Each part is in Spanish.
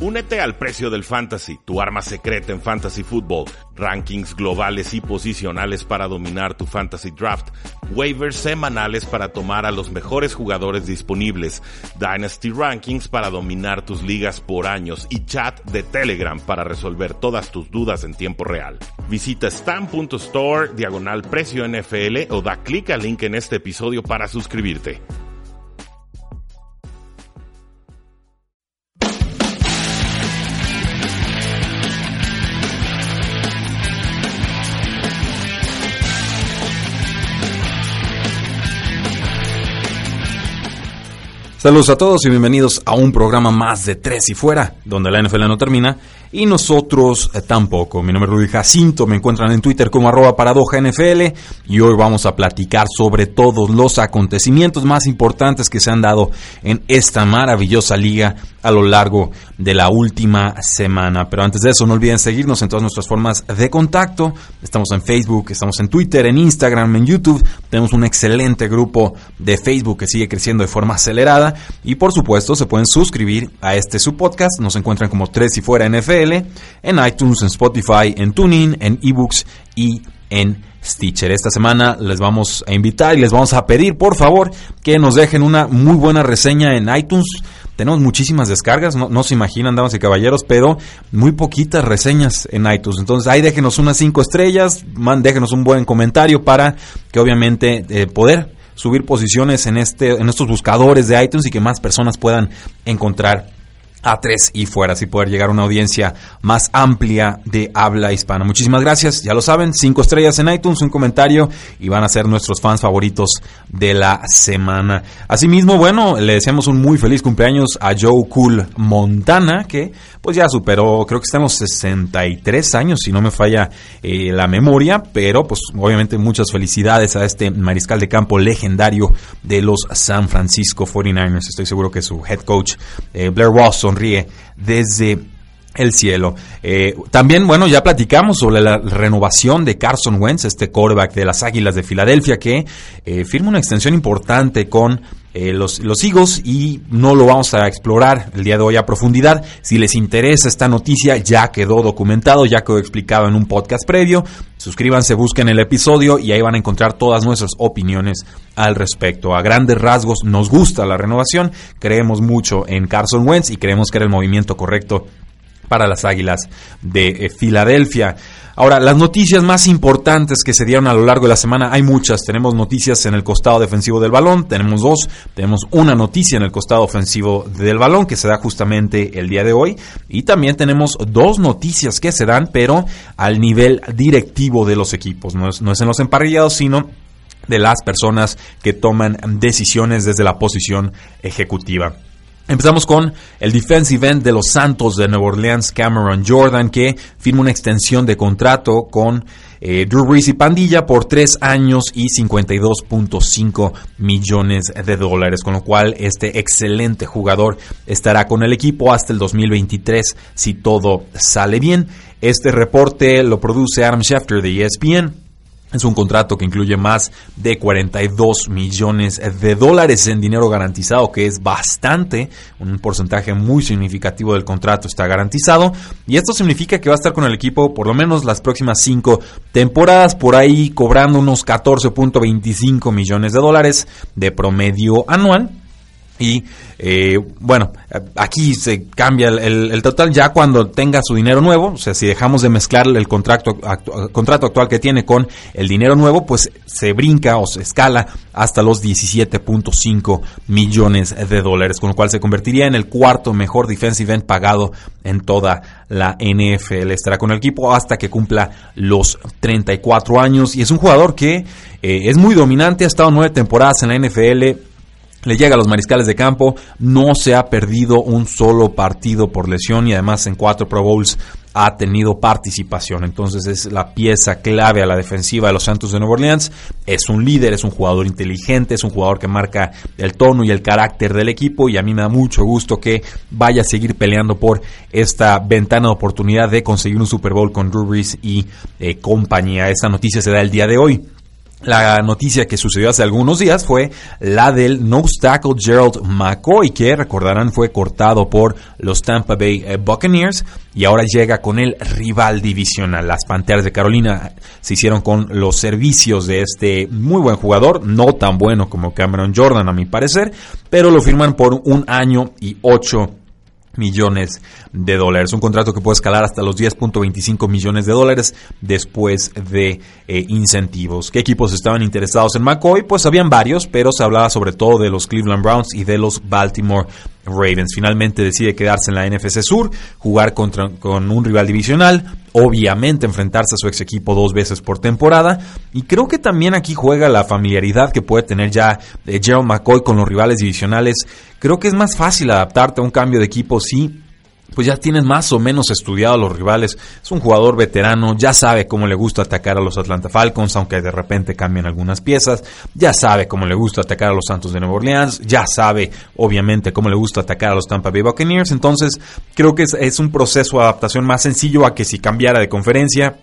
Únete al Precio del Fantasy, tu arma secreta en Fantasy Football. Rankings globales y posicionales para dominar tu Fantasy Draft. Waivers semanales para tomar a los mejores jugadores disponibles. Dynasty Rankings para dominar tus ligas por años. Y chat de Telegram para resolver todas tus dudas en tiempo real. Visita stam.store/precio NFL o da clic al link en este episodio para suscribirte. Saludos a todos y bienvenidos a un programa más de Tres y Fuera, donde la NFL no termina y nosotros tampoco. Mi nombre es Rudy Jacinto, me encuentran en Twitter como @ParadojaNFL y hoy vamos a platicar sobre todos los acontecimientos más importantes que se han dado en esta maravillosa liga a lo largo de la última semana. Pero antes de eso, no olviden seguirnos en todas nuestras formas de contacto. Estamos en Facebook, estamos en Twitter, en Instagram, en YouTube. Tenemos un excelente grupo de Facebook que sigue creciendo de forma acelerada. Y por supuesto, se pueden suscribir a su podcast. Nos encuentran como Tres y Fuera NFL en iTunes, en Spotify, en TuneIn, en eBooks y en Stitcher. Esta semana les vamos a invitar y les vamos a pedir, por favor, que nos dejen una muy buena reseña en iTunes. Tenemos muchísimas descargas, no se imaginan, damas y caballeros, pero muy poquitas reseñas en iTunes. Entonces ahí déjenos unas 5 estrellas, déjenos un buen comentario para que obviamente poder subir posiciones en estos buscadores de iTunes y que más personas puedan encontrar a Tres y Fuera, así poder llegar a una audiencia más amplia de habla hispana. Muchísimas gracias, ya lo saben, 5 estrellas en iTunes, un comentario y van a ser nuestros fans favoritos de la semana. Asimismo, bueno, le deseamos un muy feliz cumpleaños a Joe Cool Montana, que pues ya superó, creo que estamos 63 años, si no me falla la memoria, pero pues obviamente muchas felicidades a este mariscal de campo legendario de los San Francisco 49ers. Estoy seguro que su head coach, Blair Walsh, sonríe desde el cielo. También, bueno, ya platicamos sobre la renovación de Carson Wentz, este quarterback de las Águilas de Filadelfia, que firma una extensión importante con los Eagles y no lo vamos a explorar el día de hoy a profundidad. Si les interesa esta noticia, ya quedó documentado, ya quedó explicado en un podcast previo. Suscríbanse, busquen el episodio y ahí van a encontrar todas nuestras opiniones al respecto. A grandes rasgos, nos gusta la renovación, creemos mucho en Carson Wentz y creemos que era el movimiento correcto para las Águilas de Filadelfia. Ahora, las noticias más importantes que se dieron a lo largo de la semana, hay muchas. Tenemos noticias en el costado defensivo del balón, tenemos 2. Tenemos una noticia en el costado ofensivo del balón que se da justamente el día de hoy. Y también tenemos 2 noticias que se dan, pero al nivel directivo de los equipos. No es en los emparrillados, sino de las personas que toman decisiones desde la posición ejecutiva. Empezamos con el defensive end de los Santos de Nueva Orleans, Cameron Jordan, que firma una extensión de contrato con Drew Brees y pandilla por 3 años y $52.5 millones, con lo cual este excelente jugador estará con el equipo hasta el 2023 si todo sale bien. Este reporte lo produce Adam Schefter de ESPN. Es un contrato que incluye más de $42 millones en dinero garantizado, que es bastante, un porcentaje muy significativo del contrato está garantizado, y esto significa que va a estar con el equipo por lo menos las próximas 5 temporadas, por ahí cobrando unos $14.25 millones de promedio anual. Y bueno, aquí se cambia el total ya cuando tenga su dinero nuevo. O sea, si dejamos de mezclar el contrato actual que tiene con el dinero nuevo, pues se brinca o se escala hasta los $17.5 millones, con lo cual se convertiría en el 4º mejor defensive end pagado en toda la NFL. Estará con el equipo hasta que cumpla los 34 años y es un jugador que es muy dominante, ha estado 9 temporadas en la NFL. Le llega a los mariscales de campo, no se ha perdido un solo partido por lesión y además en 4 Pro Bowls ha tenido participación. Entonces es la pieza clave a la defensiva de los Santos de Nueva Orleans. Es un líder, es un jugador inteligente, es un jugador que marca el tono y el carácter del equipo y a mí me da mucho gusto que vaya a seguir peleando por esta ventana de oportunidad de conseguir un Super Bowl con Drew Brees y compañía. Esta noticia se da el día de hoy. La noticia que sucedió hace algunos días fue la del nose tackle Gerald McCoy, que recordarán fue cortado por los Tampa Bay Buccaneers y ahora llega con el rival divisional. Las Panteras de Carolina se hicieron con los servicios de este muy buen jugador, no tan bueno como Cameron Jordan a mi parecer, pero lo firman por 1 año y $8 millones. Un contrato que puede escalar hasta los $10.25 millones después de incentivos. ¿Qué equipos estaban interesados en McCoy? Pues habían varios, pero se hablaba sobre todo de los Cleveland Browns y de los Baltimore Ravens. Finalmente decide quedarse en la NFC Sur, jugar con un rival divisional, obviamente enfrentarse a su ex equipo 2 veces por temporada, y creo que también aquí juega la familiaridad que puede tener ya Gerald McCoy con los rivales divisionales. Creo que es más fácil adaptarte a un cambio de equipo si pues ya tienes más o menos estudiado a los rivales. Es un jugador veterano, ya sabe cómo le gusta atacar a los Atlanta Falcons, aunque de repente cambian algunas piezas, ya sabe cómo le gusta atacar a los Santos de Nueva Orleans, ya sabe obviamente cómo le gusta atacar a los Tampa Bay Buccaneers. Entonces creo que es un proceso de adaptación más sencillo a que si cambiara de conferencia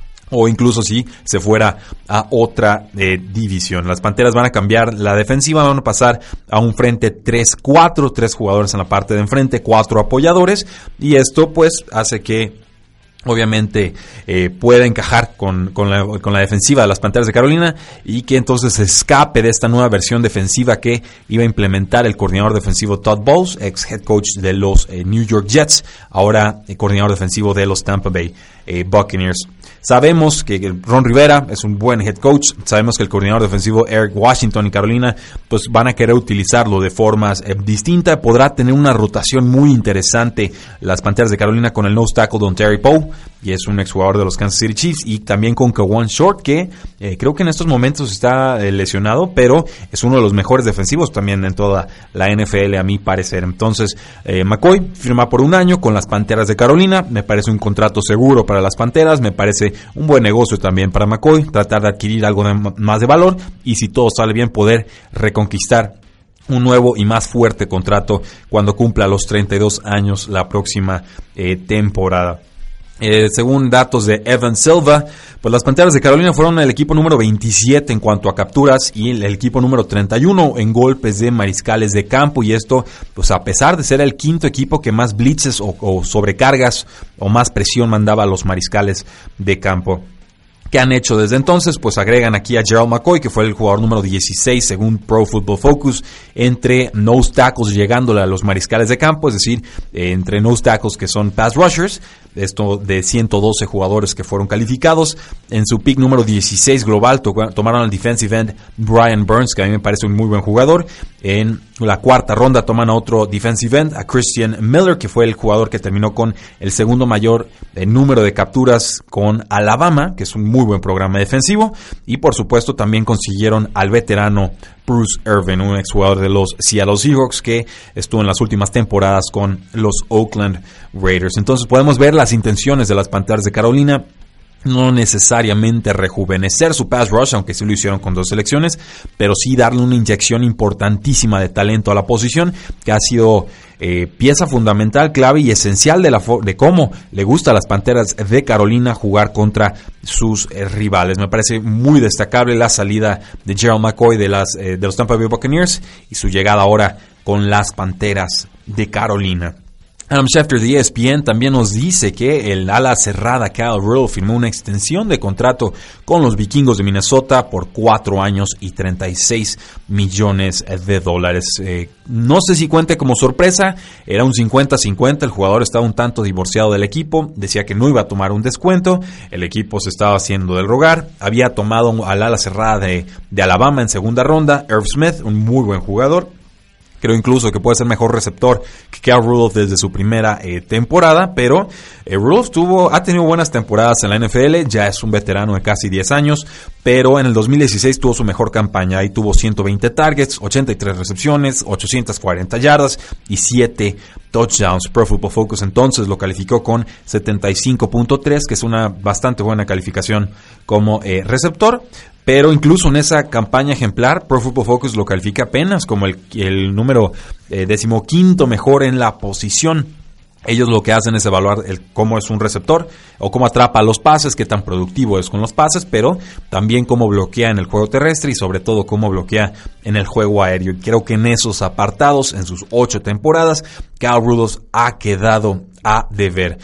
o incluso si se fuera a otra división. Las Panteras van a cambiar la defensiva, van a pasar a un frente 3-4, 3 jugadores en la parte de enfrente, 4 apoyadores, y esto pues hace que obviamente pueda encajar con la defensiva de las Panteras de Carolina y que entonces se escape de esta nueva versión defensiva que iba a implementar el coordinador defensivo Todd Bowles, ex head coach de los New York Jets, ahora coordinador defensivo de los Tampa Bay Buccaneers. Sabemos que Ron Rivera es un buen head coach, sabemos que el coordinador defensivo Eric Washington y Carolina pues van a querer utilizarlo de formas distintas. Podrá tener una rotación muy interesante las Panteras de Carolina con el nose tackle Don Terry Poe, y es un exjugador de los Kansas City Chiefs, y también con Kawan Short, que creo que en estos momentos está lesionado, pero es uno de los mejores defensivos también en toda la NFL a mi parecer. Entonces McCoy firma por 1 año con las Panteras de Carolina, me parece un contrato seguro para las Panteras, me parece un buen negocio también para McCoy, tratar de adquirir algo más de valor y si todo sale bien poder reconquistar un nuevo y más fuerte contrato cuando cumpla los 32 años la próxima temporada. Según datos de Evan Silva, pues las Panteras de Carolina fueron el equipo número 27 en cuanto a capturas y el equipo número 31 en golpes de mariscales de campo, y esto pues a pesar de ser el 5º equipo que más blitzes o sobrecargas o más presión mandaba a los mariscales de campo. ¿Qué han hecho desde entonces? Pues agregan aquí a Gerald McCoy, que fue el jugador número 16 según Pro Football Focus, entre nose tackles llegándole a los mariscales de campo, es decir, entre nose tackles que son pass rushers, esto de 112 jugadores que fueron calificados. En su pick número 16 global tomaron al defensive end Brian Burns, que a mí me parece un muy buen jugador. En la 4ª ronda toman a otro defensive end, a Christian Miller, que fue el jugador que terminó con el segundo mayor número de capturas con Alabama, que es un muy buen programa defensivo. Y por supuesto también consiguieron al veterano Bruce Irvin, un exjugador de los Seattle Seahawks que estuvo en las últimas temporadas con los Oakland Raiders. Entonces podemos ver las intenciones de las Panteras de Carolina. No necesariamente rejuvenecer su pass rush, aunque sí lo hicieron con 2 selecciones, pero sí darle una inyección importantísima de talento a la posición, que ha sido pieza fundamental, clave y esencial de cómo le gusta a las Panteras de Carolina jugar contra sus rivales. Me parece muy destacable la salida de Gerald McCoy de los Tampa Bay Buccaneers y su llegada ahora con las Panteras de Carolina. Adam Schefter de ESPN también nos dice que el ala cerrada Kyle Rudolph firmó una extensión de contrato con los Vikingos de Minnesota por 4 años y $36 millones. No sé si cuente como sorpresa, era un 50-50, el jugador estaba un tanto divorciado del equipo, decía que no iba a tomar un descuento, el equipo se estaba haciendo del rogar, había tomado al ala cerrada de Alabama en 2ª ronda, Irv Smith, un muy buen jugador. Creo incluso que puede ser mejor receptor que Kyle Rudolph desde su primera temporada, pero Rudolph ha tenido buenas temporadas en la NFL, ya es un veterano de casi 10 años, pero en el 2016 tuvo su mejor campaña, ahí tuvo 120 targets, 83 recepciones, 840 yardas y 7 touchdowns. Pro Football Focus entonces lo calificó con 75.3, que es una bastante buena calificación como receptor. Pero incluso en esa campaña ejemplar, Pro Football Focus lo califica apenas como el número 15º mejor en la posición. Ellos lo que hacen es evaluar cómo es un receptor o cómo atrapa los pases, qué tan productivo es con los pases, pero también cómo bloquea en el juego terrestre y sobre todo cómo bloquea en el juego aéreo. Y creo que en esos apartados, en sus 8 temporadas, Kyle Rudolph ha quedado a deber.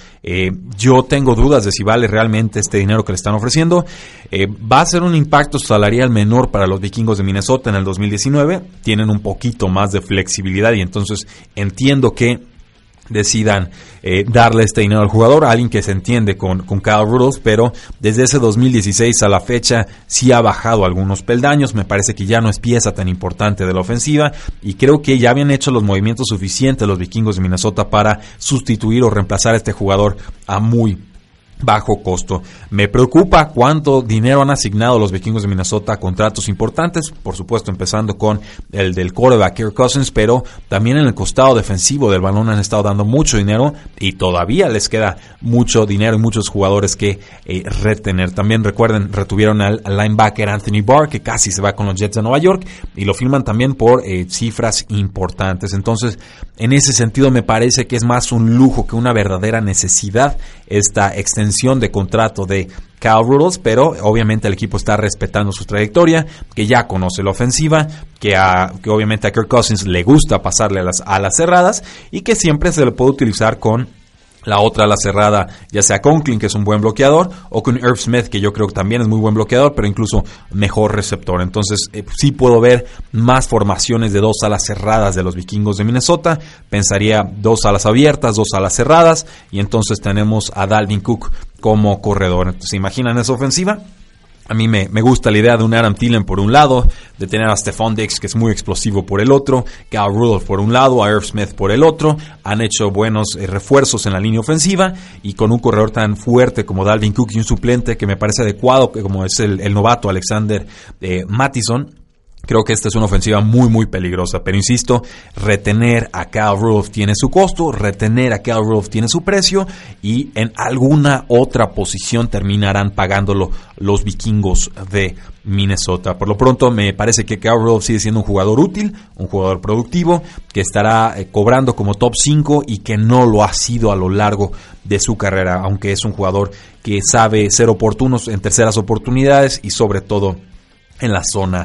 Yo tengo dudas de si vale realmente este dinero que le están ofreciendo. Va a ser un impacto salarial menor para los Vikingos de Minnesota en el 2019. Tienen un poquito más de flexibilidad y entonces entiendo que decidan darle este dinero al jugador, a alguien que se entiende con Kyle Rudolph, pero desde ese 2016 a la fecha sí ha bajado algunos peldaños. Me parece que ya no es pieza tan importante de la ofensiva y creo que ya habían hecho los movimientos suficientes los Vikingos de Minnesota para sustituir o reemplazar a este jugador a muy bajo costo. Me preocupa cuánto dinero han asignado los Vikingos de Minnesota a contratos importantes, por supuesto empezando con el del quarterback Kirk Cousins, pero también en el costado defensivo del balón han estado dando mucho dinero y todavía les queda mucho dinero y muchos jugadores que retener. También recuerden, retuvieron al linebacker Anthony Barr, que casi se va con los Jets de Nueva York, y lo firman también por cifras importantes. Entonces, en ese sentido me parece que es más un lujo que una verdadera necesidad esta extensión de contrato de Kyle Rudolph, pero obviamente el equipo está respetando su trayectoria, que ya conoce la ofensiva, que obviamente a Kirk Cousins le gusta pasarle a las cerradas y que siempre se le puede utilizar con la otra ala cerrada, ya sea Conklin, que es un buen bloqueador, o con Irv Smith, que yo creo que también es muy buen bloqueador, pero incluso mejor receptor. Entonces sí puedo ver más formaciones de 2 alas cerradas de los Vikingos de Minnesota. Pensaría 2 alas abiertas, 2 alas cerradas, y entonces tenemos a Dalvin Cook como corredor. Entonces, ¿se imaginan esa ofensiva? A mí me gusta la idea de un Adam Thielen por un lado, de tener a Stephon Diggs, que es muy explosivo, por el otro, Kyle Rudolph por un lado, a Irv Smith por el otro. Han hecho buenos refuerzos en la línea ofensiva y con un corredor tan fuerte como Dalvin Cook y un suplente que me parece adecuado, que como es el novato Alexander Mattison. Creo que esta es una ofensiva muy muy peligrosa, pero insisto, retener a Kyle Rudolph tiene su costo, retener a Kyle Rudolph tiene su precio y en alguna otra posición terminarán pagándolo los Vikingos de Minnesota. Por lo pronto me parece que Kyle Rudolph sigue siendo un jugador útil, un jugador productivo, que estará cobrando como top 5 y que no lo ha sido a lo largo de su carrera, aunque es un jugador que sabe ser oportunos en terceras oportunidades y sobre todo en la zona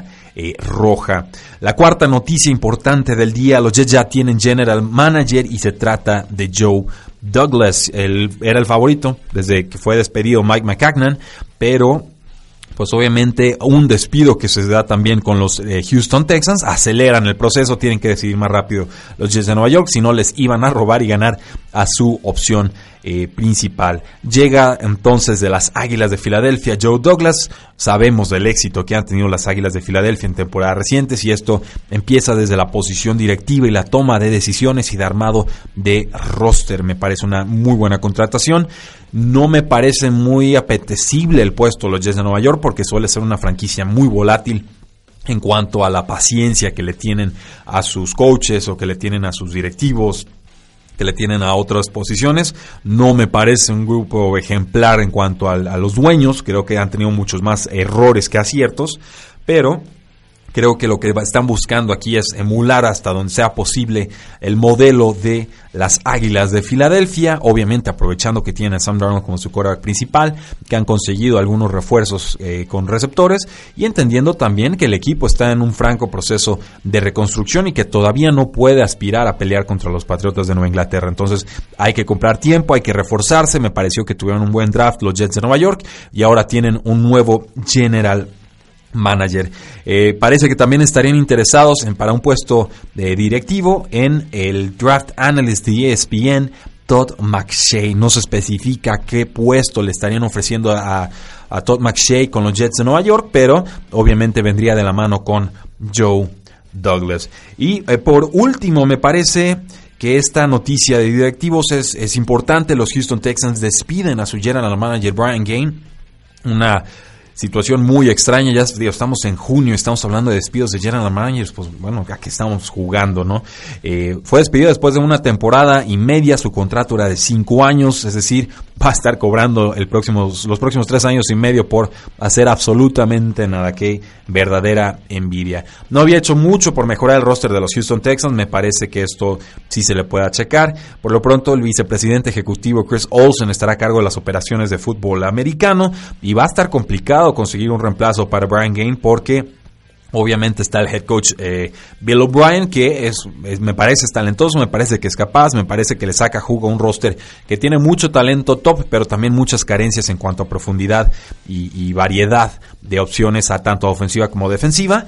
roja. La cuarta noticia importante del día: los Jets ya tienen general manager y se trata de Joe Douglas. Era el favorito desde que fue despedido Mike McCagnan, pero pues obviamente un despido que se da también con los Houston Texans aceleran el proceso. Tienen que decidir más rápido los Jets de Nueva York, si no les iban a robar y ganar a su opción principal. Llega entonces de las Águilas de Filadelfia Joe Douglas. Sabemos del éxito que han tenido las Águilas de Filadelfia en temporadas recientes y esto empieza desde la posición directiva y la toma de decisiones y de armado de roster. Me parece una muy buena contratación. No me parece muy apetecible el puesto de los Jets de Nueva York porque suele ser una franquicia muy volátil en cuanto a la paciencia que le tienen a sus coaches o que le tienen a sus directivos, que le tienen a otras posiciones. No me parece un grupo ejemplar en cuanto a los dueños. Creo que han tenido muchos más errores que aciertos, pero creo que lo que están buscando aquí es emular hasta donde sea posible el modelo de las Águilas de Filadelfia, obviamente aprovechando que tienen a Sam Darnold como su quarterback principal, que han conseguido algunos refuerzos con receptores y entendiendo también que el equipo está en un franco proceso de reconstrucción y que todavía no puede aspirar a pelear contra los Patriotas de Nueva Inglaterra. Entonces hay que comprar tiempo, hay que reforzarse. Me pareció que tuvieron un buen draft los Jets de Nueva York y ahora tienen un nuevo general manager. Parece que también estarían interesados para un puesto directivo en el draft analyst de ESPN, Todd McShay. No se especifica qué puesto le estarían ofreciendo a Todd McShay con los Jets de Nueva York, pero obviamente vendría de la mano con Joe Douglas. Y por último, me parece que esta noticia de directivos es importante. Los Houston Texans despiden a su general manager Brian Gaine. Una situación muy extraña. Ya estamos en junio, estamos hablando de despidos de general managers. Pues bueno, aquí estamos jugando, ¿no? Fue despedido después de una temporada y media. Su contrato era de 5 años, es decir, va a estar cobrando los próximos 3 años y medio por hacer absolutamente nada. Qué verdadera envidia. No había hecho mucho por mejorar el roster de los Houston Texans. Me parece que esto sí se le puede achacar. Por lo pronto, el vicepresidente ejecutivo Chris Olsen estará a cargo de las operaciones de fútbol americano y va a estar complicado conseguir un reemplazo para Brian Gaine porque obviamente está el head coach Bill O'Brien, que me parece talentoso, me parece que es capaz, me parece que le saca jugo a un roster que tiene mucho talento top, pero también muchas carencias en cuanto a profundidad y variedad de opciones a tanto ofensiva como defensiva.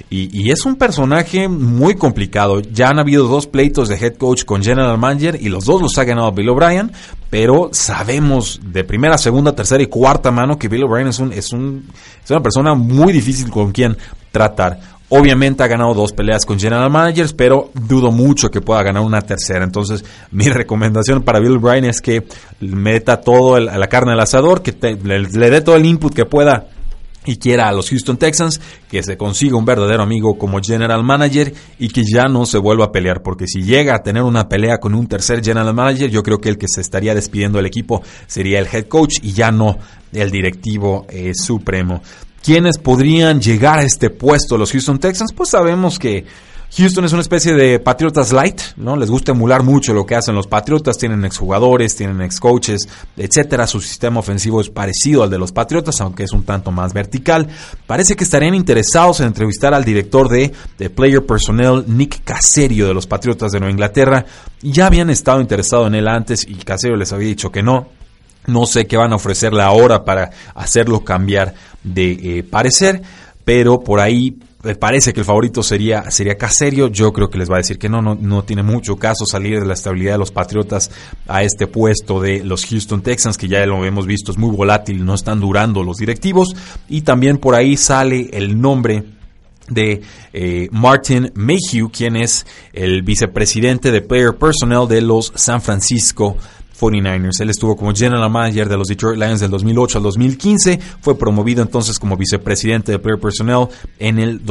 Y es un personaje muy complicado. Ya han habido 2 pleitos de head coach con general manager y los 2 los ha ganado Bill O'Brien, pero sabemos de primera, segunda, tercera y cuarta mano que Bill O'Brien es una persona muy difícil con quien tratar. Obviamente ha ganado 2 peleas con general managers, pero dudo mucho que pueda ganar una tercera. Entonces, mi recomendación para Bill O'Brien es que meta todo a la carne al asador, que le dé todo el input que pueda y quiera a los Houston Texans, que se consiga un verdadero amigo como general manager y que ya no se vuelva a pelear, porque si llega a tener una pelea con un tercer general manager, yo creo que el que se estaría despidiendo del equipo sería el head coach y ya no el directivo supremo. ¿Quiénes podrían llegar a este puesto los Houston Texans? Pues sabemos que Houston es una especie de Patriotas light, ¿no? Les gusta emular mucho lo que hacen los Patriotas, tienen exjugadores, tienen excoaches, etcétera. Su sistema ofensivo es parecido al de los Patriotas, aunque es un tanto más vertical. Parece que estarían interesados en entrevistar al director de Player Personnel, Nick Caserio, de los Patriotas de Nueva Inglaterra. Ya habían estado interesados en él antes y Caserio les había dicho que no. No sé qué van a ofrecerle ahora para hacerlo cambiar de parecer, pero por ahí parece que el favorito sería Caserio. Yo creo que les va a decir que no tiene mucho caso salir de la estabilidad de los Patriotas a este puesto de los Houston Texans, que ya lo hemos visto, es muy volátil, no están durando los directivos. Y también por ahí sale el nombre de Martin Mayhew, quien es el vicepresidente de Player Personnel de los San Francisco 49ers. Él estuvo como general manager de los Detroit Lions del 2008 al 2015, fue promovido entonces como vicepresidente de Player Personnel en el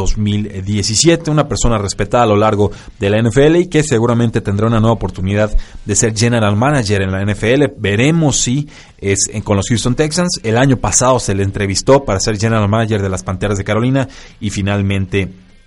2017, una persona respetada a lo largo de la NFL y que seguramente tendrá una nueva oportunidad de ser general manager en la NFL. Veremos si es con los Houston Texans. El año pasado se le entrevistó para ser general manager de las Panteras de Carolina y finalmente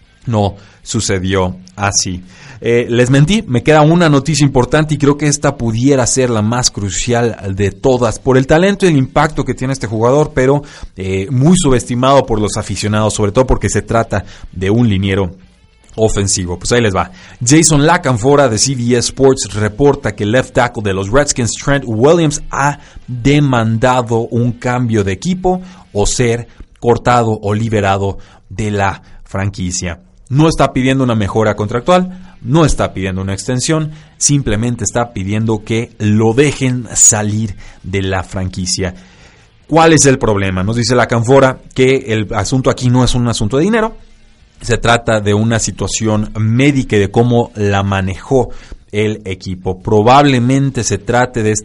no sucedió así. Les mentí, me queda una noticia importante y creo que esta pudiera ser la más crucial de todas por el talento y el impacto que tiene este jugador, pero muy subestimado por los aficionados, sobre todo porque se trata de un liniero ofensivo. Pues ahí les va. Jason LaCanfora de CBS Sports reporta que el left tackle de los Redskins, Trent Williams, ha demandado un cambio de equipo o ser cortado o liberado de la franquicia. No está pidiendo una mejora contractual, no está pidiendo una extensión, simplemente está pidiendo que lo dejen salir de la franquicia. ¿Cuál es el problema? Nos dice LaCanfora que el asunto aquí no es un asunto de dinero, se trata de una situación médica y de cómo la manejó el equipo. Probablemente se trate de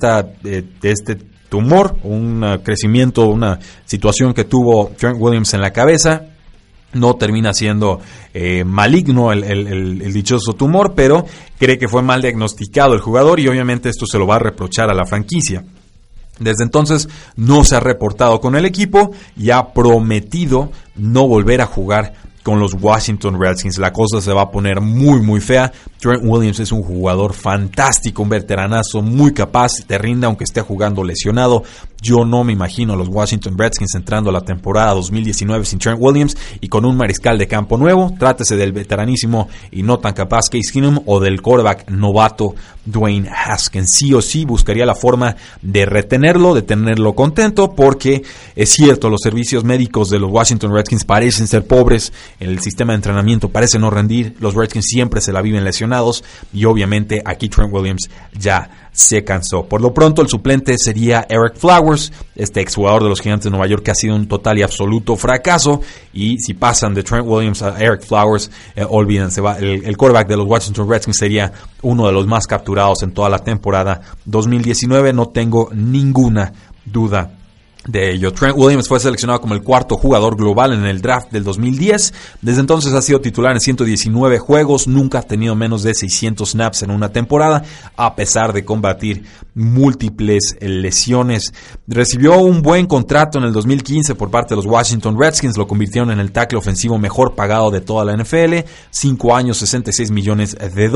este tumor, un crecimiento, una situación que tuvo Trent Williams en la cabeza. No termina siendo maligno el dichoso tumor, pero cree que fue mal diagnosticado el jugador y obviamente esto se lo va a reprochar a la franquicia. Desde entonces no se ha reportado con el equipo y ha prometido no volver a jugar con los Washington Redskins. La cosa se va a poner muy muy fea. Trent Williams es un jugador fantástico, un veteranazo muy capaz, te rinde aunque esté jugando lesionado. Yo no me imagino a los Washington Redskins entrando a la temporada 2019 sin Trent Williams y con un mariscal de campo nuevo, trátese del veteranísimo y no tan capaz Case Keenum o del quarterback novato Dwayne Haskins. Sí o sí buscaría la forma de retenerlo, de tenerlo contento, porque es cierto, los servicios médicos de los Washington Redskins parecen ser pobres, el sistema de entrenamiento parece no rendir, los Redskins siempre se la viven lesionados y obviamente aquí Trent Williams ya se cansó. Por lo pronto el suplente sería Ereck Flowers, este exjugador de los Gigantes de Nueva York que ha sido un total y absoluto fracaso, y si pasan de Trent Williams a Ereck Flowers, olvídense, el quarterback de los Washington Redskins sería uno de los más capturados en toda la temporada 2019, no tengo ninguna duda de ello. Trent Williams fue seleccionado como el cuarto jugador global en el draft del 2010. Desde entonces ha sido titular en 119 juegos, nunca ha tenido menos de 600 snaps en una temporada, a pesar de combatir múltiples lesiones. Recibió un buen contrato en el 2015 por parte de los Washington Redskins, lo convirtieron en el tackle ofensivo mejor pagado de toda la NFL, 5 años, $66 millones.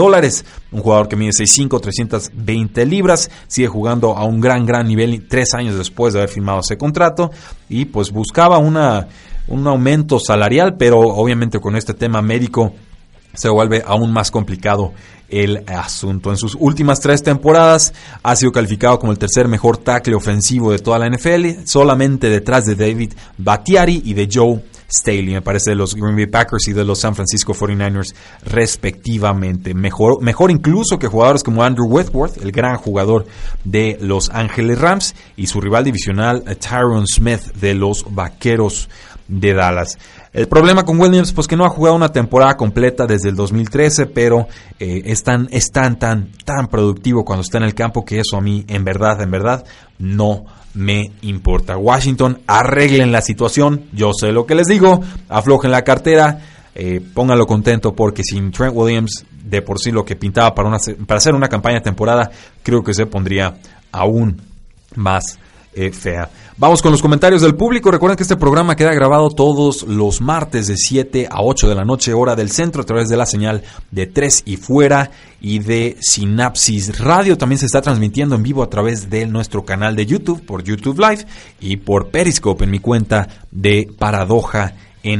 Un jugador que mide 6'5", 320 libras, sigue jugando a un gran nivel 3 años después de haber firmado ese contrato, y pues buscaba un aumento salarial, pero obviamente con este tema médico se vuelve aún más complicado el asunto. En sus últimas 3 temporadas ha sido calificado como el tercer mejor tackle ofensivo de toda la NFL, solamente detrás de David Bakhtiari y de Joe Staley, me parece, de los Green Bay Packers y de los San Francisco 49ers respectivamente. Mejor incluso que jugadores como Andrew Whitworth, el gran jugador de Los Ángeles Rams, y su rival divisional Tyron Smith de los Vaqueros de Dallas. El problema con Williams, pues que no ha jugado una temporada completa desde el 2013, pero es tan productivo cuando está en el campo que eso a mí en verdad no me importa. Washington, arreglen la situación, yo sé lo que les digo, aflojen la cartera, pónganlo contento, porque sin Trent Williams, de por sí lo que pintaba para hacer una campaña de temporada, creo que se pondría aún más fea. Vamos con los comentarios del público. Recuerden que este programa queda grabado todos los martes de 7 a 8 de la noche, hora del centro, a través de la señal de 3 y Fuera y de Sinapsis Radio. También se está transmitiendo en vivo a través de nuestro canal de YouTube, por YouTube Live, y por Periscope en mi cuenta de Paradoja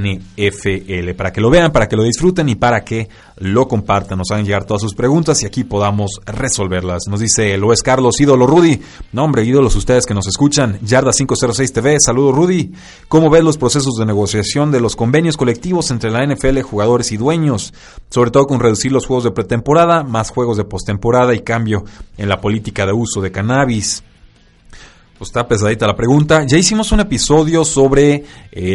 NFL, para que lo vean, para que lo disfruten y para que lo compartan, nos hagan llegar todas sus preguntas y aquí podamos resolverlas. Nos dice Luis Carlos, ídolo Rudy, no hombre, ídolos ustedes que nos escuchan, Yarda 506 TV, saludos Rudy. ¿Cómo ves los procesos de negociación de los convenios colectivos entre la NFL, jugadores y dueños, sobre todo con reducir los juegos de pretemporada, más juegos de postemporada y cambio en la política de uso de cannabis? Pues está pesadita la pregunta. Ya hicimos un episodio sobre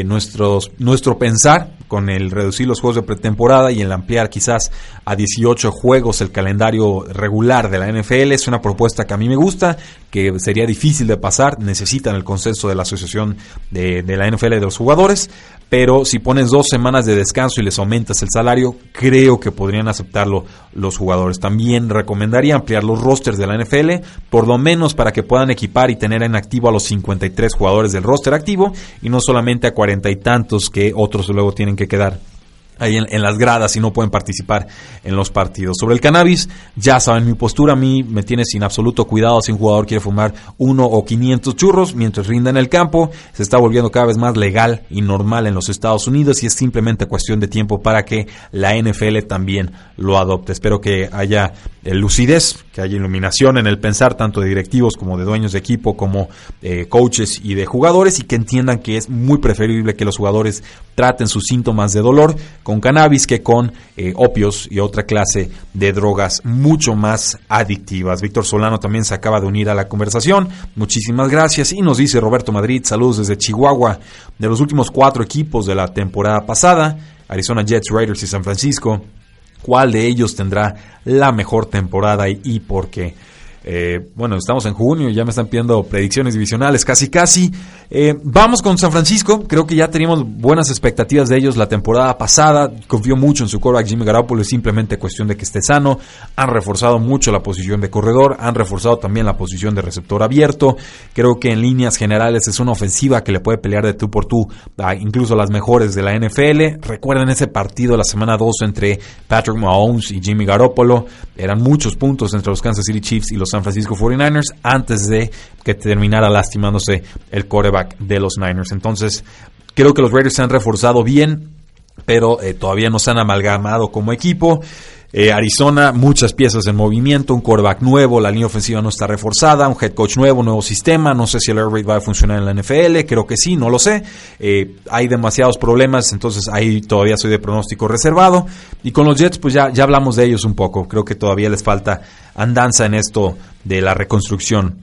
nuestro pensar con el reducir los juegos de pretemporada y el ampliar quizás a 18 juegos el calendario regular de la NFL. Es una propuesta que a mí me gusta, que sería difícil de pasar. Necesitan el consenso de la asociación de la NFL de los jugadores, pero si pones 2 semanas de descanso y les aumentas el salario, creo que podrían aceptarlo los jugadores. También recomendaría ampliar los rosters de la NFL, por lo menos para que puedan equipar y tener en activo a los 53 jugadores del roster activo y no solamente a 40 y tantos que otros luego tienen que quedar ahí en las gradas y no pueden participar en los partidos. Sobre el cannabis, ya saben mi postura, a mí me tiene sin absoluto cuidado si un jugador quiere fumar 1 o 500 churros mientras rinda en el campo. Se está volviendo cada vez más legal y normal en los Estados Unidos y es simplemente cuestión de tiempo para que la NFL también lo adopte. Espero que haya lucidez, que haya iluminación en el pensar tanto de directivos como de dueños de equipo, como coaches y de jugadores, y que entiendan que es muy preferible que los jugadores traten sus síntomas de dolor con cannabis que con opios y otra clase de drogas mucho más adictivas. Víctor Solano también se acaba de unir a la conversación, muchísimas gracias. Y nos dice Roberto Madrid, saludos desde Chihuahua. De los últimos 4 equipos de la temporada pasada, Arizona, Jets, Raiders y San Francisco, ¿cuál de ellos tendrá la mejor temporada y por qué? Bueno, estamos en junio y ya me están pidiendo predicciones divisionales, casi. Vamos con San Francisco. Creo que ya teníamos buenas expectativas de ellos la temporada pasada. Confío mucho en su quarterback Jimmy Garoppolo, es simplemente cuestión de que esté sano. Han reforzado mucho la posición de corredor, han reforzado también la posición de receptor abierto. Creo que en líneas generales es una ofensiva que le puede pelear de tú por tú a incluso las mejores de la NFL. Recuerden ese partido la semana 2 entre Patrick Mahomes y Jimmy Garoppolo. Eran muchos puntos entre los Kansas City Chiefs y los San Francisco 49ers antes de que terminara lastimándose el quarterback de los Niners. Entonces, creo que los Raiders se han reforzado bien, pero todavía no se han amalgamado como equipo. Arizona, muchas piezas en movimiento, un quarterback nuevo, la línea ofensiva no está reforzada, un head coach nuevo, nuevo sistema, no sé si el air raid va a funcionar en la NFL, creo que sí, no lo sé, hay demasiados problemas, entonces ahí todavía soy de pronóstico reservado. Y con los Jets pues ya hablamos de ellos un poco, creo que todavía les falta andanza en esto de la reconstrucción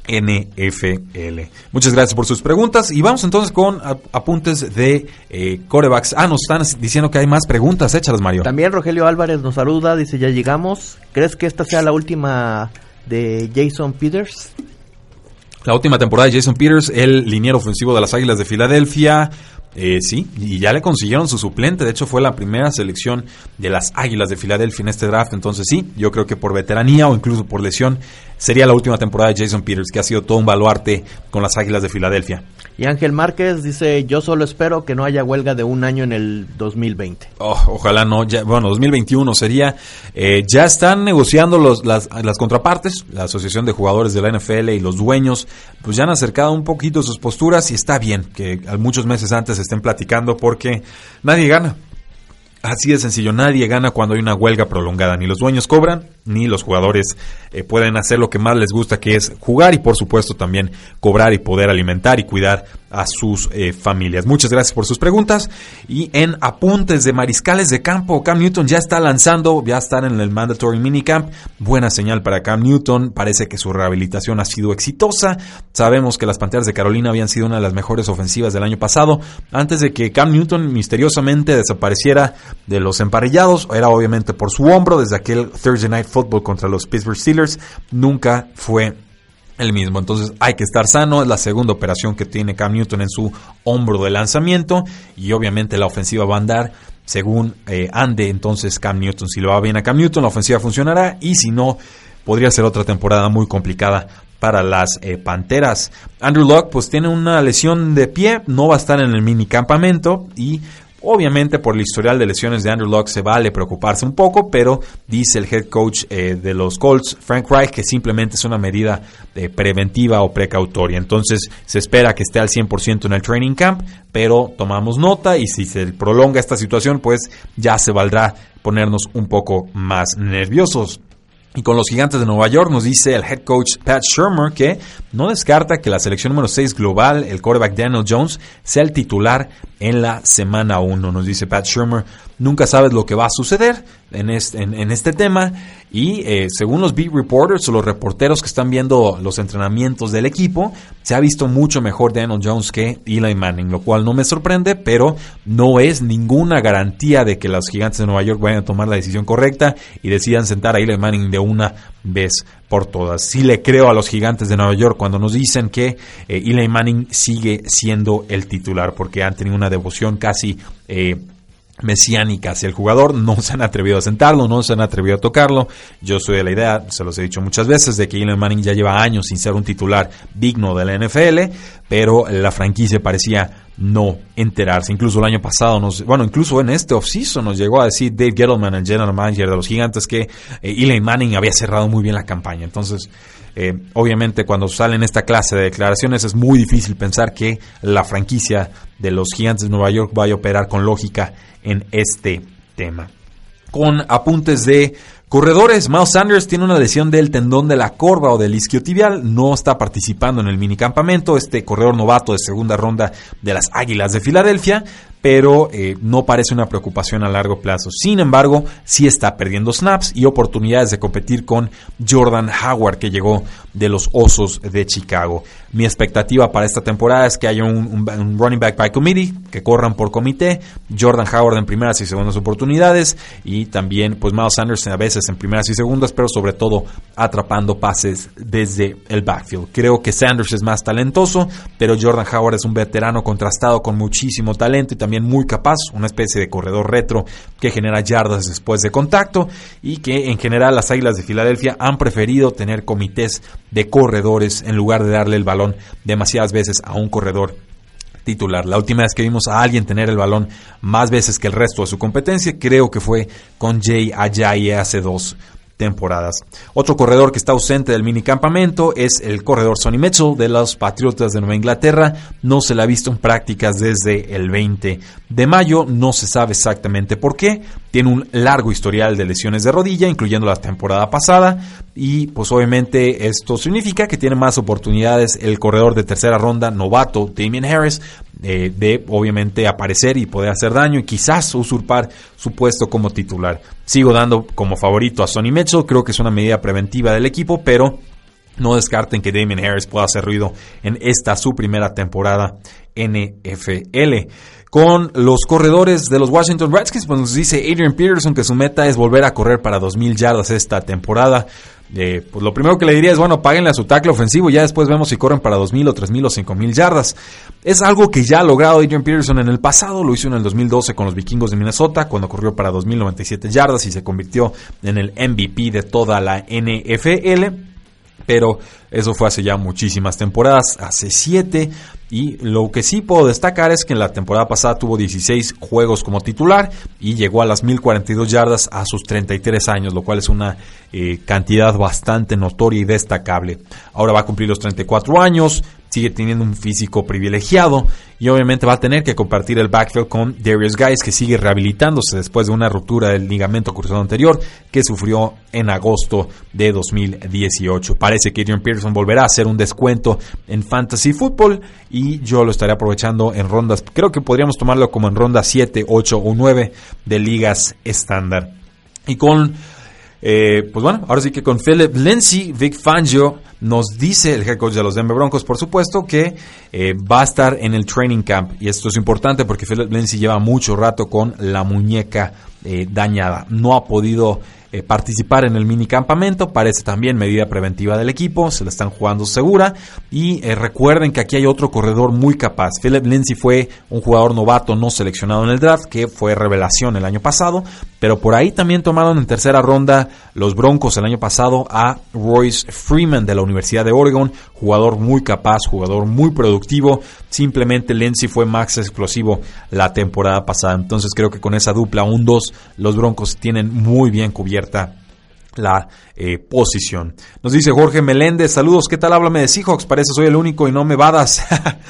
NFL. Muchas gracias por sus preguntas y vamos entonces con apuntes de quarterbacks. Nos están diciendo que hay más preguntas, échalas, Mario. También Rogelio Álvarez nos saluda, dice ya llegamos. ¿Crees que esta sea la última de Jason Peters? La última temporada de Jason Peters, el liniero ofensivo de las Águilas de Filadelfia, sí, y ya le consiguieron su suplente. De hecho, fue la primera selección de las Águilas de Filadelfia en este draft. Entonces sí, yo creo que por veteranía o incluso por lesión sería la última temporada de Jason Peters, que ha sido todo un baluarte con las Águilas de Filadelfia. Y Ángel Márquez dice, yo solo espero que no haya huelga de un año en el 2020. Ojalá no, 2021 sería. Ya están negociando las contrapartes, la Asociación de Jugadores de la NFL y los dueños, pues ya han acercado un poquito sus posturas, y está bien que muchos meses antes estén platicando, porque nadie gana. Así de sencillo, nadie gana cuando hay una huelga prolongada. Ni los dueños cobran, ni los jugadores pueden hacer lo que más les gusta, que es jugar y por supuesto también cobrar y poder alimentar y cuidar a sus familias. Muchas gracias por sus preguntas. Y en apuntes de mariscales de campo, Cam Newton ya está lanzando, ya está en el Mandatory Minicamp. Buena señal para Cam Newton, parece que su rehabilitación ha sido exitosa. Sabemos que las Panteras de Carolina habían sido una de las mejores ofensivas del año pasado. Antes de que Cam Newton misteriosamente desapareciera de los emparellados, era obviamente por su hombro. Desde aquel Thursday Night Football contra los Pittsburgh Steelers nunca fue el mismo. Entonces hay que estar sano. Es la segunda operación que tiene Cam Newton en su hombro de lanzamiento, y obviamente la ofensiva va a andar según ande entonces Cam Newton. Si le va bien a Cam Newton, la ofensiva funcionará, y si no, podría ser otra temporada muy complicada para las Panteras. Andrew Luck pues tiene una lesión de pie, no va a estar en el minicampamento, y obviamente por el historial de lesiones de Andrew Luck se vale preocuparse un poco, pero dice el head coach de los Colts, Frank Reich, que simplemente es una medida preventiva o precautoria. Entonces se espera que esté al 100% en el training camp, pero tomamos nota, y si se prolonga esta situación, pues ya se valdrá ponernos un poco más nerviosos. Y con los Gigantes de Nueva York nos dice el head coach Pat Shurmur que no descarta que la selección número 6 global, el quarterback Daniel Jones, sea el titular en la semana 1. Nos dice Pat Shurmur, nunca sabes lo que va a suceder en este tema, y según los beat reporters o los reporteros que están viendo los entrenamientos del equipo, se ha visto mucho mejor Daniel Jones que Eli Manning, lo cual no me sorprende, pero no es ninguna garantía de que los Gigantes de Nueva York vayan a tomar la decisión correcta y decidan sentar a Eli Manning de una vez por todas. Sí le creo a los Gigantes de Nueva York cuando nos dicen que Eli Manning sigue siendo el titular, porque han tenido una devoción casi mesiánica hacia el jugador. No se han atrevido a sentarlo, no se han atrevido a tocarlo. Yo soy de la idea, se los he dicho muchas veces, de que Eli Manning ya lleva años sin ser un titular digno de la NFL, pero la franquicia parecía no enterarse. Incluso el año pasado, incluso en este offseason nos llegó a decir Dave Gettleman, el general manager de los Gigantes, que Eli Manning había cerrado muy bien la campaña. Entonces, obviamente cuando salen esta clase de declaraciones es muy difícil pensar que la franquicia de los Gigantes de Nueva York vaya a operar con lógica en este tema. Con apuntes de corredores, Miles Sanders tiene una lesión del tendón de la corva o del isquiotibial, no está participando en el minicampamento, este corredor novato de segunda ronda de las Águilas de Filadelfia, pero no parece una preocupación a largo plazo. Sin embargo, sí está perdiendo snaps y oportunidades de competir con Jordan Howard, que llegó de los Osos de Chicago. Mi expectativa para esta temporada es que haya un running back by committee, que corran por comité, Jordan Howard en primeras y segundas oportunidades, y también pues Miles Sanders a veces en primeras y segundas, pero sobre todo atrapando pases desde el backfield. Creo que Sanders es más talentoso, pero Jordan Howard es un veterano contrastado con muchísimo talento y también muy capaz, una especie de corredor retro que genera yardas después de contacto, y que en general las Águilas de Filadelfia han preferido tener comités de corredores en lugar de darle el balón demasiadas veces a un corredor titular. La última vez que vimos a alguien tener el balón más veces que el resto de su competencia, creo que fue con Jay Ajayi hace 2 temporadas. Otro corredor que está ausente del minicampamento es el corredor Sonny Mitchell de los Patriotas de Nueva Inglaterra. No se le ha visto en prácticas desde el 20 de mayo. No se sabe exactamente por qué. Tiene un largo historial de lesiones de rodilla, incluyendo la temporada pasada, y pues obviamente esto significa que tiene más oportunidades el corredor de tercera ronda novato Damien Harris de obviamente aparecer y poder hacer daño y quizás usurpar su puesto como titular. Sigo dando como favorito a Sonny Mitchell, creo que es una medida preventiva del equipo, pero no descarten que Damien Harris pueda hacer ruido en esta su primera temporada NFL. Con los corredores de los Washington Redskins, pues nos dice Adrian Peterson que su meta es volver a correr para 2,000 yardas esta temporada. pues lo primero que le diría es, bueno, páguenle a su tackle ofensivo y ya después vemos si corren para 2,000 o 3,000 o 5,000 yardas. Es algo que ya ha logrado Adrian Peterson en el pasado, lo hizo en el 2012 con los Vikingos de Minnesota, cuando corrió para 2,097 yardas y se convirtió en el MVP de toda la NFL. Pero eso fue hace ya muchísimas temporadas, hace 7, y lo que sí puedo destacar es que en la temporada pasada tuvo 16 juegos como titular y llegó a las 1,042 yardas a sus 33 años, lo cual es una cantidad bastante notoria y destacable. Ahora va a cumplir los 34 años, sigue teniendo un físico privilegiado y obviamente va a tener que compartir el backfield con Darius Guice, que sigue rehabilitándose después de una ruptura del ligamento cruzado anterior que sufrió en agosto de 2018. Parece que Adrian Peterson volverá a hacer un descuento en Fantasy Football y yo lo estaré aprovechando en rondas, creo que podríamos tomarlo como en ronda 7, 8 o 9 de ligas estándar. Y con pues bueno, ahora sí que con Philip Lindsay, Vic Fangio nos dice, el head coach de los Denver Broncos, por supuesto, que va a estar en el training camp. Y esto es importante porque Philip Lindsay lleva mucho rato con la muñeca dañada. No ha podido participar en el minicampamento, parece también medida preventiva del equipo, se la están jugando segura. Y recuerden que aquí hay otro corredor muy capaz. Philip Lindsay fue un jugador novato no seleccionado en el draft, que fue revelación el año pasado, pero por ahí también tomaron en tercera ronda los Broncos el año pasado a Royce Freeman de la Universidad de Oregon, jugador muy capaz, jugador muy productivo. Simplemente Lindsay fue más explosivo la temporada pasada, entonces creo que con esa dupla 1-2 los Broncos tienen muy bien cubierta la posición. Nos dice Jorge Meléndez, saludos, ¿qué tal? Háblame de Seahawks, parece soy el único y no me evadas.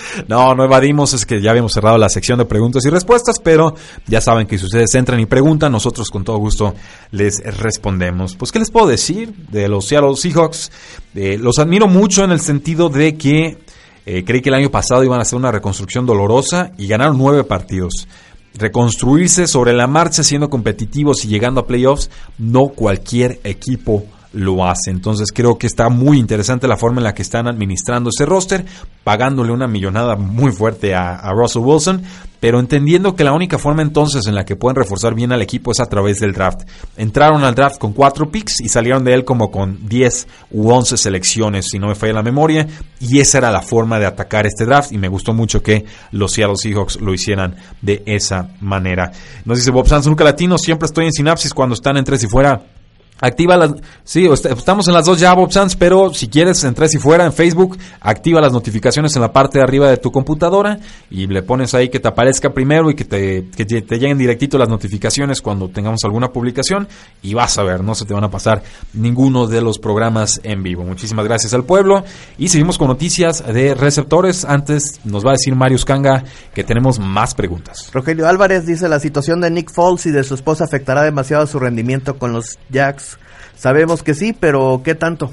No evadimos, es que ya habíamos cerrado la sección de preguntas y respuestas, pero ya saben que si ustedes entran y preguntan, nosotros con todo gusto les respondemos. Pues, ¿qué les puedo decir de los Seattle Seahawks? Los admiro mucho en el sentido de que creí que el año pasado iban a hacer una reconstrucción dolorosa y ganaron 9 partidos. Reconstruirse sobre la marcha siendo competitivos y llegando a playoffs, no cualquier equipo lo hace. Entonces creo que está muy interesante la forma en la que están administrando ese roster, pagándole una millonada muy fuerte a Russell Wilson, pero entendiendo que la única forma entonces en la que pueden reforzar bien al equipo es a través del draft. Entraron al draft con 4 picks y salieron de él como con 10 u 11 selecciones, si no me falla la memoria, y esa era la forma de atacar este draft, y me gustó mucho que los Seattle Seahawks lo hicieran de esa manera. Nos dice Bob Sanz, nunca latino, siempre estoy en Sinapsis cuando están en Tres y Fuera. Activa las... Sí, estamos en las dos ya, Bob Sanz, pero si quieres, en Tres y Fuera, en Facebook, activa las notificaciones en la parte de arriba de tu computadora y le pones ahí que te aparezca primero y que te lleguen directito las notificaciones cuando tengamos alguna publicación y vas a ver, no se te van a pasar ninguno de los programas en vivo. Muchísimas gracias al pueblo y seguimos con noticias de receptores. Antes nos va a decir Marius Kanga que tenemos más preguntas. Rogelio Álvarez dice, la situación de Nick Foles y de su esposa afectará demasiado su rendimiento con los Jacks. Sabemos que sí, pero ¿qué tanto?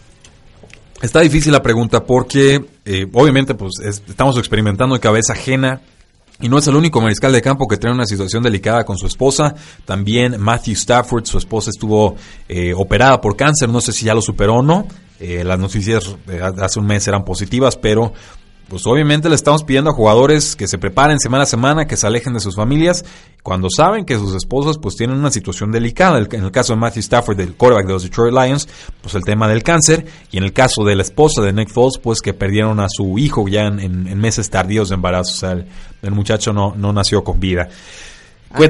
Está difícil la pregunta porque obviamente pues estamos experimentando en cabeza ajena y no es el único mariscal de campo que tiene una situación delicada con su esposa. También Matthew Stafford, su esposa estuvo operada por cáncer, no sé si ya lo superó o no. Las noticias hace un mes eran positivas, pero pues obviamente le estamos pidiendo a jugadores que se preparen semana a semana, que se alejen de sus familias, cuando saben que sus esposas pues tienen una situación delicada. En el caso de Matthew Stafford, del quarterback de los Detroit Lions, pues el tema del cáncer, y en el caso de la esposa de Nick Foles, pues que perdieron a su hijo ya en meses tardíos de embarazo. O sea, el muchacho no nació con vida. ¿Qué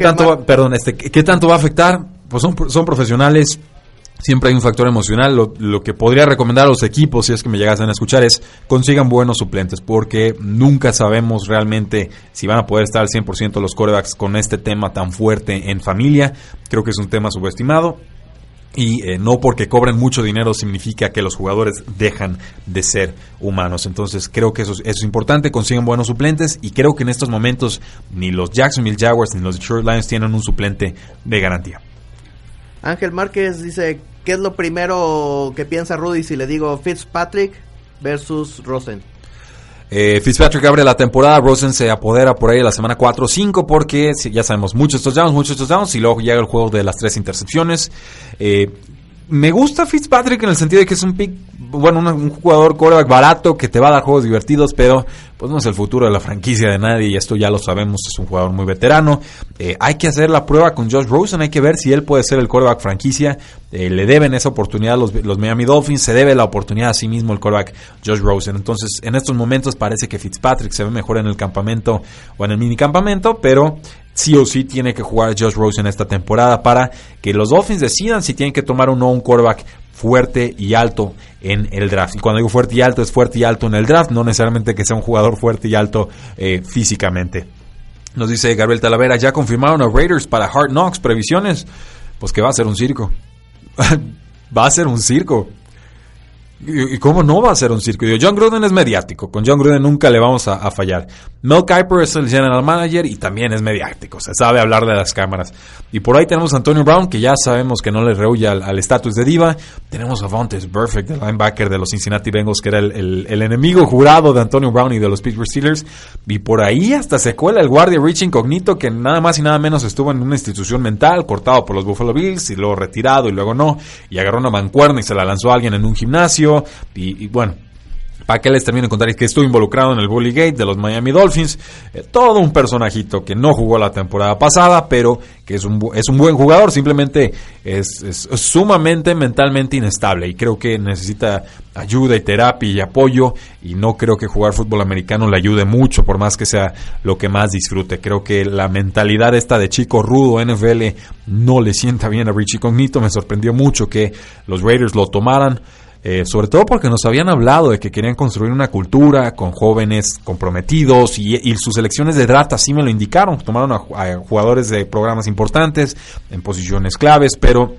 tanto va a afectar? Pues son profesionales. Siempre hay un factor emocional. Lo que podría recomendar a los equipos, si es que me llegasen a escuchar, es consigan buenos suplentes, porque nunca sabemos realmente si van a poder estar al 100% los quarterbacks con este tema tan fuerte en familia. Creo que es un tema subestimado. Y no porque cobren mucho dinero significa que los jugadores dejan de ser humanos. Entonces creo que eso es importante, consiguen buenos suplentes, y creo que en estos momentos ni los Jacksonville Jaguars ni los Detroit Lions tienen un suplente de garantía. Ángel Márquez dice, ¿qué es lo primero que piensa Rudy si le digo Fitzpatrick versus Rosen? Fitzpatrick abre la temporada, Rosen se apodera por ahí de la semana 4 o 5 porque ya sabemos, muchos touchdowns y luego llega el juego de las 3 intercepciones. Me gusta Fitzpatrick en el sentido de que es un pick, bueno, un jugador quarterback barato que te va a dar juegos divertidos, pero pues no es el futuro de la franquicia de nadie y esto ya lo sabemos, es un jugador muy veterano. Hay que hacer la prueba con Josh Rosen, hay que ver si él puede ser el quarterback franquicia. Le deben esa oportunidad los Miami Dolphins, se debe la oportunidad a sí mismo el quarterback Josh Rosen. Entonces, en estos momentos parece que Fitzpatrick se ve mejor en el campamento o en el minicampamento, pero sí o sí tiene que jugar Josh Rosen esta temporada para que los Dolphins decidan si tienen que tomar o no un quarterback fuerte y alto en el draft. Y cuando digo fuerte y alto, es fuerte y alto en el draft, no necesariamente que sea un jugador fuerte y alto físicamente. Nos dice Gabriel Talavera, ya confirmaron a Raiders para Hard Knocks, previsiones, pues que va a ser un circo. Va a ser un circo. ¿Y cómo no va a ser un circo? John Gruden es mediático. Con John Gruden nunca le vamos a fallar. Mel Kiper es el general manager y también es mediático. Se sabe hablar de las cámaras. Y por ahí tenemos a Antonio Brown, que ya sabemos que no le rehuye al estatus de diva. Tenemos a Vontaze Burfict, el linebacker de los Cincinnati Bengals, que era el enemigo jurado de Antonio Brown y de los Pittsburgh Steelers. Y por ahí hasta se cuela el guardia Rich Incognito, que nada más y nada menos estuvo en una institución mental, cortado por los Buffalo Bills, y luego retirado y luego no. Y agarró una mancuerna y se la lanzó a alguien en un gimnasio. Y bueno, para que les termine de contar, es que estuvo involucrado en el Bully Gate de los Miami Dolphins, todo un personajito que no jugó la temporada pasada, pero que es un buen jugador, simplemente es sumamente mentalmente inestable y creo que necesita ayuda y terapia y apoyo, y no creo que jugar fútbol americano le ayude mucho, por más que sea lo que más disfrute. Creo que la mentalidad esta de chico rudo NFL no le sienta bien a Richie Cognito. Me sorprendió mucho que los Raiders lo tomaran. Sobre todo porque nos habían hablado de que querían construir una cultura con jóvenes comprometidos y sus selecciones de draft así me lo indicaron. Tomaron a jugadores de programas importantes en posiciones claves, pero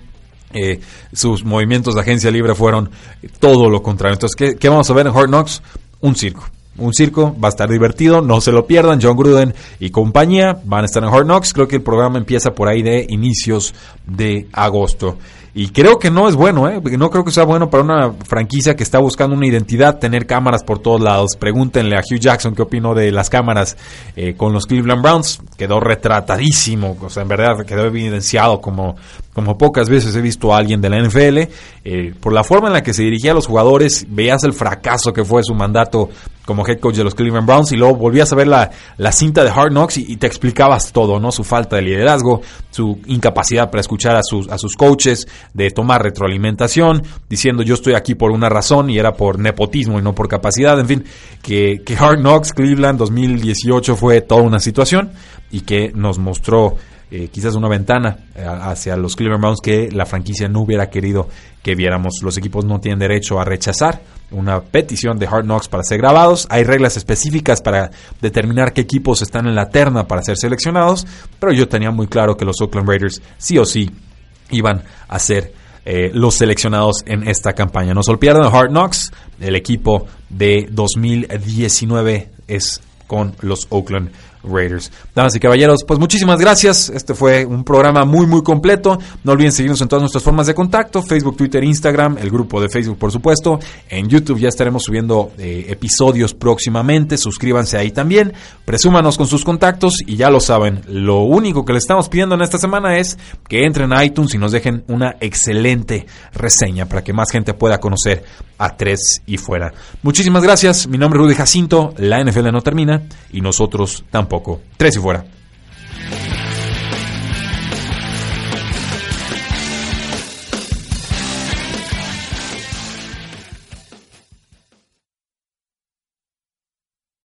sus movimientos de agencia libre fueron todo lo contrario. Entonces, ¿qué vamos a ver en Hard Knocks? Un circo. Un circo, va a estar divertido, no se lo pierdan. John Gruden y compañía van a estar en Hard Knocks. Creo que el programa empieza por ahí de inicios de agosto. Y creo que no es bueno, no creo que sea bueno para una franquicia que está buscando una identidad, tener cámaras por todos lados. Pregúntenle a Hugh Jackson qué opinó de las cámaras con los Cleveland Browns. Quedó retratadísimo, o sea, en verdad quedó evidenciado como pocas veces he visto a alguien de la NFL. Por la forma en la que se dirigía a los jugadores, veías el fracaso que fue su mandato como head coach de los Cleveland Browns, y luego volvías a ver la cinta de Hard Knocks y te explicabas todo, ¿no? Su falta de liderazgo, su incapacidad para escuchar a sus coaches, de tomar retroalimentación, diciendo yo estoy aquí por una razón y era por nepotismo y no por capacidad. En fin, que Hard Knocks Cleveland 2018 fue toda una situación y que nos mostró quizás una ventana hacia los Cleveland Browns que la franquicia no hubiera querido que viéramos. Los equipos no tienen derecho a rechazar una petición de Hard Knocks para ser grabados. Hay reglas específicas para determinar qué equipos están en la terna para ser seleccionados, pero yo tenía muy claro que los Oakland Raiders sí o sí iban a ser los seleccionados en esta campaña. No se lo pierdan, Hard Knocks, el equipo de 2019 es con los Oakland Raiders. Damas y caballeros, pues muchísimas gracias. Este fue un programa muy muy completo. No olviden seguirnos en todas nuestras formas de contacto: Facebook, Twitter, Instagram, el grupo de Facebook por supuesto. En YouTube ya estaremos subiendo episodios próximamente. Suscríbanse ahí también, presúmanos con sus contactos y ya lo saben, lo único que les estamos pidiendo en esta semana es que entren a iTunes y nos dejen una excelente reseña para que más gente pueda conocer a Tres y Fuera. Muchísimas gracias. Mi nombre es Rudy Jacinto. La NFL no termina y nosotros tampoco. Tres y Fuera.